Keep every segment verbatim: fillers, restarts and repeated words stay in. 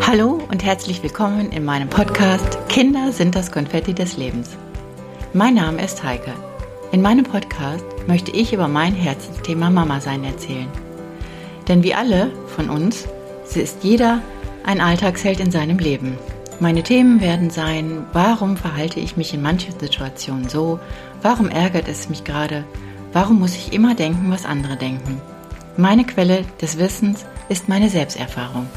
Hallo und herzlich willkommen in meinem Podcast Kinder sind das Konfetti des Lebens. Mein Name ist Heike. In meinem Podcast möchte ich über mein Herzensthema Mama sein erzählen. Denn wie alle von uns, ist jeder ein Alltagsheld in seinem Leben. Meine Themen werden sein, warum verhalte ich mich in manchen Situationen so, warum ärgert es mich gerade, warum muss ich immer denken, was andere denken. Meine Quelle des Wissens ist meine Selbsterfahrung.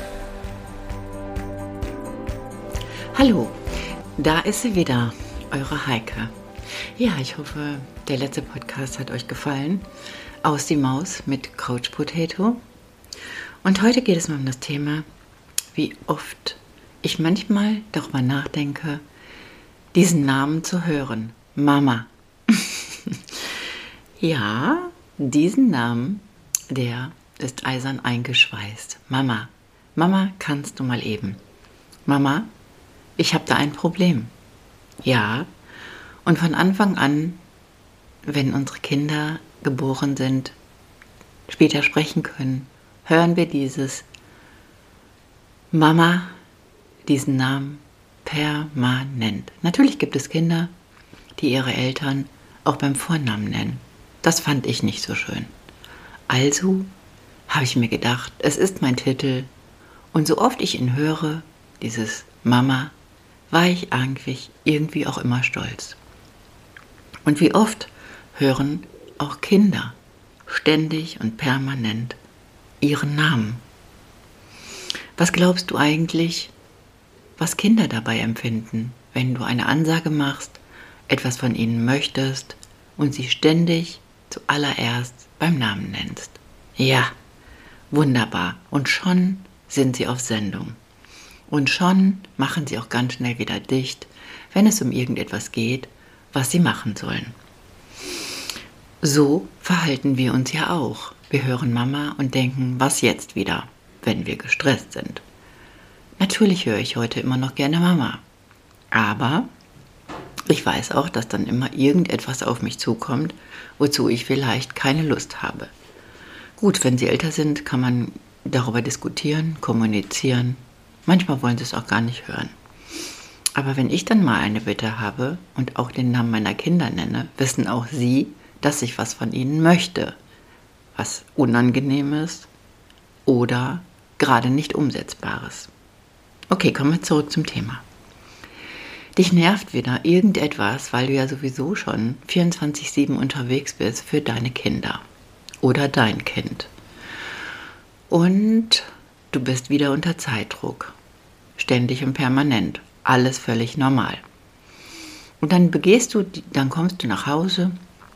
Hallo, da ist sie wieder, eure Heike. Ja, ich hoffe, der letzte Podcast hat euch gefallen. Aus die Maus mit Couch Potato. Und heute geht es mal um das Thema, wie oft ich manchmal darüber nachdenke, diesen Namen zu hören. Mama. Ja, diesen Namen, der ist eisern eingeschweißt. Mama. Mama, kannst du mal eben. Mama, ich habe da ein Problem. Ja, und von Anfang an, wenn unsere Kinder geboren sind, später sprechen können, hören wir dieses Mama, diesen Namen permanent. Natürlich gibt es Kinder, die ihre Eltern auch beim Vornamen nennen. Das fand ich nicht so schön. Also habe ich mir gedacht, es ist mein Titel und so oft ich ihn höre, dieses Mama, war ich eigentlich irgendwie auch immer stolz. Und wie oft hören auch Kinder ständig und permanent ihren Namen. Was glaubst du eigentlich, was Kinder dabei empfinden, wenn du eine Ansage machst, etwas von ihnen möchtest und sie ständig zuallererst beim Namen nennst? Ja, wunderbar. Und schon sind sie auf Sendung. Und schon machen sie auch ganz schnell wieder dicht, wenn es um irgendetwas geht, was sie machen sollen. So verhalten wir uns ja auch. Wir hören Mama und denken, was jetzt wieder, wenn wir gestresst sind. Natürlich höre ich heute immer noch gerne Mama. Aber ich weiß auch, dass dann immer irgendetwas auf mich zukommt, wozu ich vielleicht keine Lust habe. Gut, wenn sie älter sind, kann man darüber diskutieren, kommunizieren. Manchmal wollen sie es auch gar nicht hören. Aber wenn ich dann mal eine Bitte habe und auch den Namen meiner Kinder nenne, wissen auch sie, dass ich was von ihnen möchte, was Unangenehmes oder gerade nicht Umsetzbares. Okay, kommen wir zurück zum Thema. Dich nervt wieder irgendetwas, weil du ja sowieso schon vierundzwanzig sieben unterwegs bist für deine Kinder oder dein Kind. Und du bist wieder unter Zeitdruck, ständig und permanent, alles völlig normal. Und dann begehst du, dann kommst du nach Hause,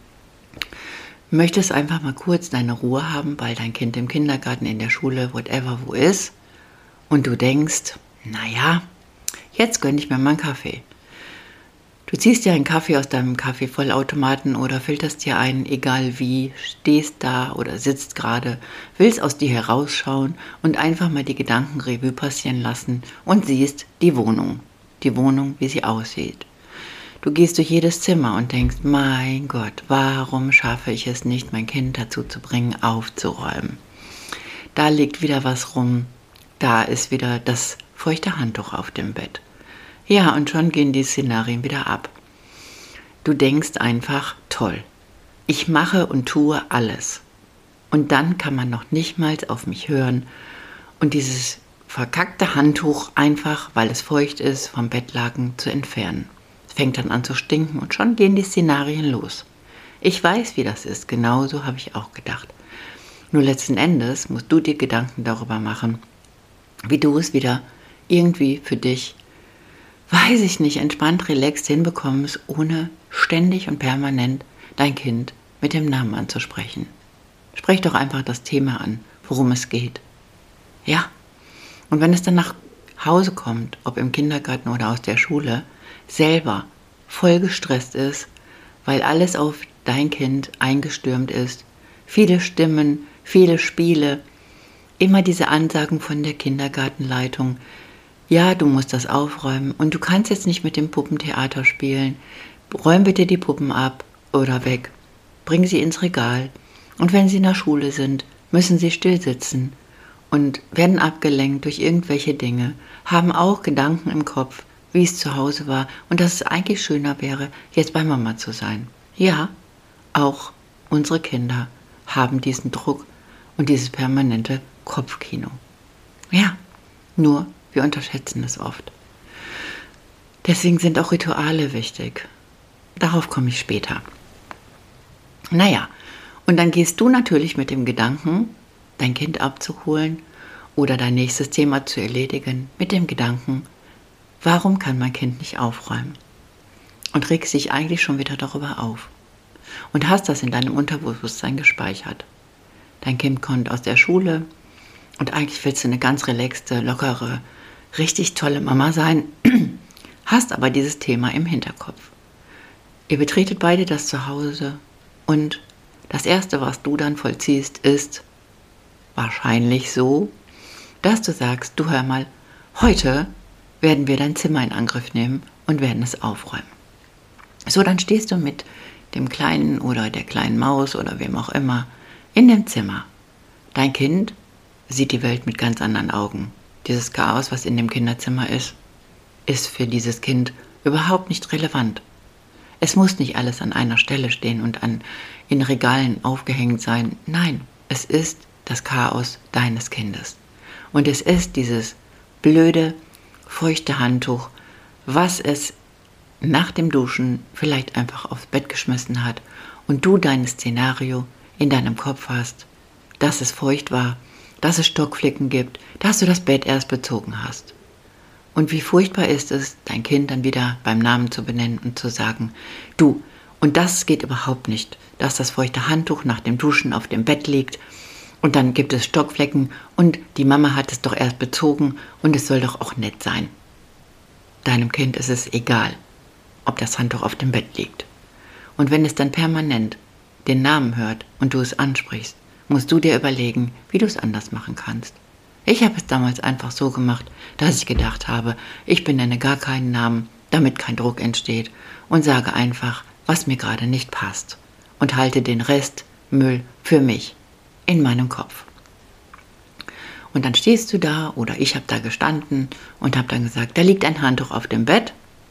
möchtest einfach mal kurz deine Ruhe haben, weil dein Kind im Kindergarten, in der Schule, whatever wo ist, und du denkst, naja, jetzt gönne ich mir mal einen Kaffee. Du ziehst dir einen Kaffee aus deinem Kaffeevollautomaten oder filterst dir einen, egal wie, stehst da oder sitzt gerade, willst aus dir herausschauen und einfach mal die Gedankenrevue passieren lassen und siehst die Wohnung, die Wohnung, wie sie aussieht. Du gehst durch jedes Zimmer und denkst, mein Gott, warum schaffe ich es nicht, mein Kind dazu zu bringen, aufzuräumen? Da liegt wieder was rum, da ist wieder das feuchte Handtuch auf dem Bett. Ja, und schon gehen die Szenarien wieder ab. Du denkst einfach, toll, ich mache und tue alles. Und dann kann man noch nicht mal auf mich hören und dieses verkackte Handtuch einfach, weil es feucht ist, vom Bettlaken zu entfernen. Es fängt dann an zu stinken und schon gehen die Szenarien los. Ich weiß, wie das ist, genauso habe ich auch gedacht. Nur letzten Endes musst du dir Gedanken darüber machen, wie du es wieder irgendwie für dich, weiß ich nicht, entspannt, relaxed hinbekommst, ohne ständig und permanent dein Kind mit dem Namen anzusprechen. Sprech doch einfach das Thema an, worum es geht. Ja, und wenn es dann nach Hause kommt, ob im Kindergarten oder aus der Schule, selber voll gestresst ist, weil alles auf dein Kind eingestürmt ist, viele Stimmen, viele Spiele, immer diese Ansagen von der Kindergartenleitung, ja, du musst das aufräumen und du kannst jetzt nicht mit dem Puppentheater spielen. Räum bitte die Puppen ab oder weg. Bring sie ins Regal. Und wenn sie in der Schule sind, müssen sie still sitzen und werden abgelenkt durch irgendwelche Dinge, haben auch Gedanken im Kopf, wie es zu Hause war und dass es eigentlich schöner wäre, jetzt bei Mama zu sein. Ja, auch unsere Kinder haben diesen Druck und dieses permanente Kopfkino. Ja, nur wir unterschätzen es oft. Deswegen sind auch Rituale wichtig. Darauf komme ich später. Naja, und dann gehst du natürlich mit dem Gedanken, dein Kind abzuholen oder dein nächstes Thema zu erledigen, mit dem Gedanken, warum kann mein Kind nicht aufräumen? Und regst dich eigentlich schon wieder darüber auf. Und hast das in deinem Unterbewusstsein gespeichert. Dein Kind kommt aus der Schule und eigentlich willst du eine ganz relaxte, lockere, richtig tolle Mama sein, hast aber dieses Thema im Hinterkopf. Ihr betretet beide das Zuhause und das Erste, was du dann vollziehst, ist wahrscheinlich so, dass du sagst, du hör mal, heute werden wir dein Zimmer in Angriff nehmen und werden es aufräumen. So, dann stehst du mit dem Kleinen oder der kleinen Maus oder wem auch immer in dem Zimmer. Dein Kind sieht die Welt mit ganz anderen Augen. Dieses Chaos, was in dem Kinderzimmer ist, ist für dieses Kind überhaupt nicht relevant. Es muss nicht alles an einer Stelle stehen und an, in Regalen aufgehängt sein. Nein, es ist das Chaos deines Kindes. Und es ist dieses blöde, feuchte Handtuch, was es nach dem Duschen vielleicht einfach aufs Bett geschmissen hat und du dein Szenario in deinem Kopf hast, dass es feucht war, dass es Stockflicken gibt, dass du das Bett erst bezogen hast. Und wie furchtbar ist es, dein Kind dann wieder beim Namen zu benennen und zu sagen, du, und das geht überhaupt nicht, dass das feuchte Handtuch nach dem Duschen auf dem Bett liegt und dann gibt es Stockflecken und die Mama hat es doch erst bezogen und es soll doch auch nett sein. Deinem Kind ist es egal, ob das Handtuch auf dem Bett liegt. Und wenn es dann permanent den Namen hört und du es ansprichst, musst du dir überlegen, wie du es anders machen kannst. Ich habe es damals einfach so gemacht, dass ich gedacht habe, ich benenne gar keinen Namen, damit kein Druck entsteht und sage einfach, was mir gerade nicht passt und halte den Rest Müll für mich in meinem Kopf. Und dann stehst du da oder ich habe da gestanden und habe dann gesagt, da liegt ein Handtuch auf dem Bett,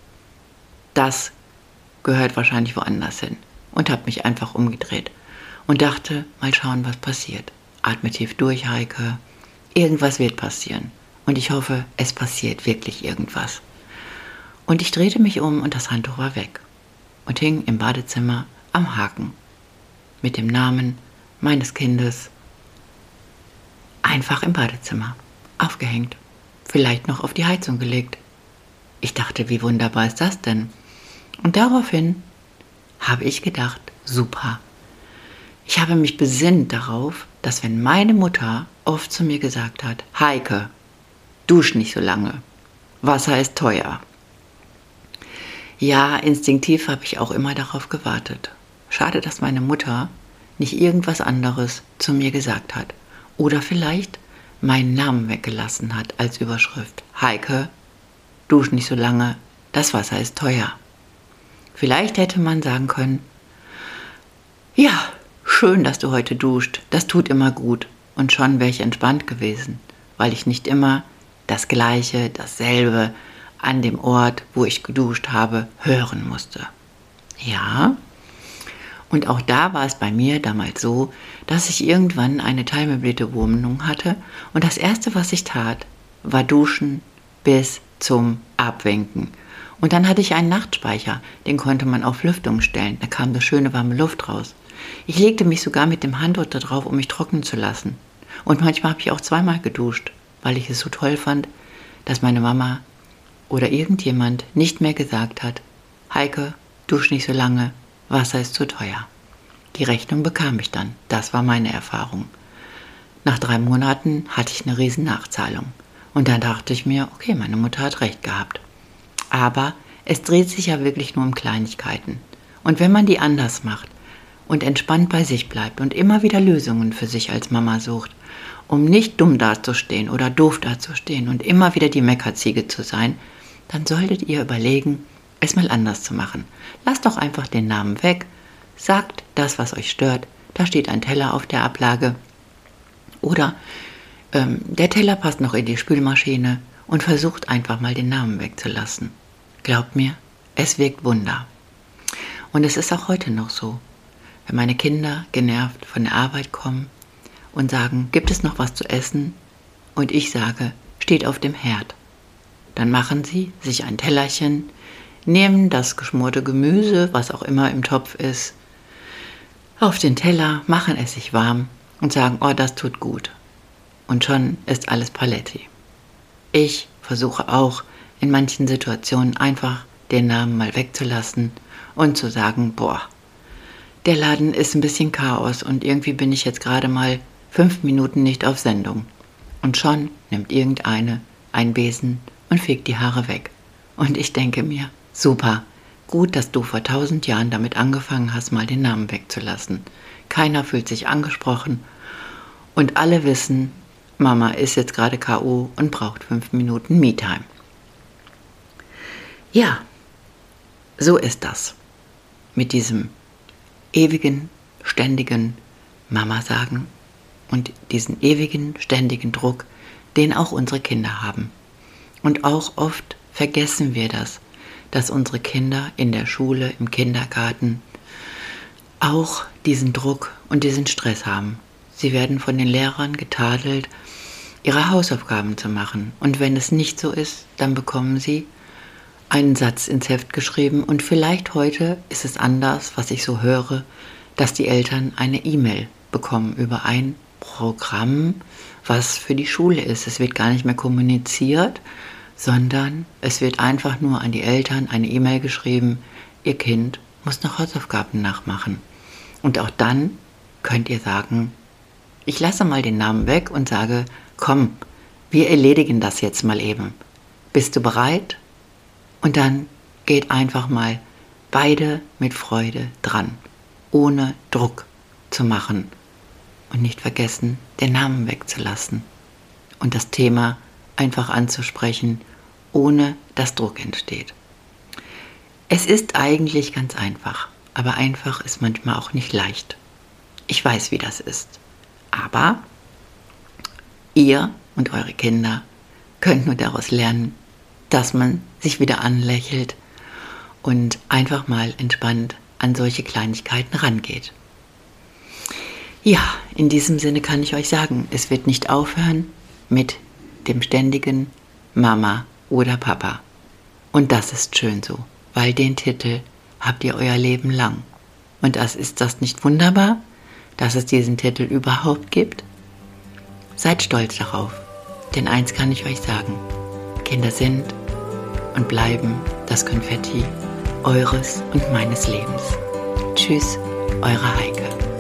das gehört wahrscheinlich woanders hin und habe mich einfach umgedreht und dachte, mal schauen, was passiert. Atme tief durch, Heike. Irgendwas wird passieren. Und ich hoffe, es passiert wirklich irgendwas. Und ich drehte mich um und das Handtuch war weg und hing im Badezimmer am Haken mit dem Namen meines Kindes einfach im Badezimmer aufgehängt, vielleicht noch auf die Heizung gelegt. Ich dachte, wie wunderbar ist das denn? Und daraufhin habe ich gedacht, super. Ich habe mich besinnt darauf, dass wenn meine Mutter oft zu mir gesagt hat, Heike, dusch nicht so lange, Wasser ist teuer. Ja, instinktiv habe ich auch immer darauf gewartet. Schade, dass meine Mutter nicht irgendwas anderes zu mir gesagt hat. Oder vielleicht meinen Namen weggelassen hat als Überschrift. Heike, dusch nicht so lange, das Wasser ist teuer. Vielleicht hätte man sagen können, ja, schön, dass du heute duscht, das tut immer gut. Und schon wäre ich entspannt gewesen, weil ich nicht immer das Gleiche, dasselbe an dem Ort, wo ich geduscht habe, hören musste. Ja, und auch da war es bei mir damals so, dass ich irgendwann eine teilmöblierte Wohnung hatte und das Erste, was ich tat, war duschen bis zum Abwinken. Und dann hatte ich einen Nachtspeicher, den konnte man auf Lüftung stellen, da kam das schöne warme Luft raus. Ich legte mich sogar mit dem Handtuch da drauf, um mich trocknen zu lassen. Und manchmal habe ich auch zweimal geduscht, weil ich es so toll fand, dass meine Mama oder irgendjemand nicht mehr gesagt hat, Heike, dusch nicht so lange, Wasser ist zu teuer. Die Rechnung bekam ich dann, das war meine Erfahrung. Nach drei Monaten hatte ich eine riesen Nachzahlung. Und dann dachte ich mir, okay, meine Mutter hat recht gehabt. Aber es dreht sich ja wirklich nur um Kleinigkeiten. Und wenn man die anders macht und entspannt bei sich bleibt und immer wieder Lösungen für sich als Mama sucht, um nicht dumm dazustehen oder doof dazustehen und immer wieder die Meckerziege zu sein, dann solltet ihr überlegen, es mal anders zu machen. Lasst doch einfach den Namen weg, sagt das, was euch stört, da steht ein Teller auf der Ablage oder ähm, der Teller passt noch in die Spülmaschine und versucht einfach mal den Namen wegzulassen. Glaubt mir, es wirkt Wunder. Und es ist auch heute noch so. Wenn meine Kinder genervt von der Arbeit kommen und sagen, gibt es noch was zu essen? Und ich sage, steht auf dem Herd. Dann machen sie sich ein Tellerchen, nehmen das geschmorte Gemüse, was auch immer im Topf ist, auf den Teller, machen es sich warm und sagen, oh, das tut gut. Und schon ist alles Paletti. Ich versuche auch in manchen Situationen einfach den Namen mal wegzulassen und zu sagen, boah, der Laden ist ein bisschen Chaos und irgendwie bin ich jetzt gerade mal fünf Minuten nicht auf Sendung. Und schon nimmt irgendeine einen Besen und fegt die Haare weg. Und ich denke mir, super, gut, dass du vor tausend Jahren damit angefangen hast, mal den Namen wegzulassen. Keiner fühlt sich angesprochen und alle wissen, Mama ist jetzt gerade K O und braucht fünf Minuten Me-Time. Ja, so ist das mit diesem ewigen, ständigen Mama sagen und diesen ewigen, ständigen Druck, den auch unsere Kinder haben. Und auch oft vergessen wir das, dass unsere Kinder in der Schule, im Kindergarten auch diesen Druck und diesen Stress haben. Sie werden von den Lehrern getadelt, ihre Hausaufgaben zu machen. Und wenn es nicht so ist, dann bekommen sie einen Satz ins Heft geschrieben und vielleicht heute ist es anders, was ich so höre, dass die Eltern eine E-Mail bekommen über ein Programm, was für die Schule ist. Es wird gar nicht mehr kommuniziert, sondern es wird einfach nur an die Eltern eine E-Mail geschrieben, ihr Kind muss noch Hausaufgaben nachmachen. Und auch dann könnt ihr sagen, ich lasse mal den Namen weg und sage, komm, wir erledigen das jetzt mal eben. Bist du bereit? Und dann geht einfach mal beide mit Freude dran, ohne Druck zu machen und nicht vergessen, den Namen wegzulassen und das Thema einfach anzusprechen, ohne dass Druck entsteht. Es ist eigentlich ganz einfach, aber einfach ist manchmal auch nicht leicht. Ich weiß, wie das ist, aber ihr und eure Kinder könnt nur daraus lernen, dass man sich wieder anlächelt und einfach mal entspannt an solche Kleinigkeiten rangeht. Ja, in diesem Sinne kann ich euch sagen, es wird nicht aufhören mit dem ständigen Mama oder Papa. Und das ist schön so, weil den Titel habt ihr euer Leben lang. Und das ist das nicht wunderbar, dass es diesen Titel überhaupt gibt? Seid stolz darauf, denn eins kann ich euch sagen, Kinder sind und bleiben das Konfetti eures und meines Lebens. Tschüss, eure Heike.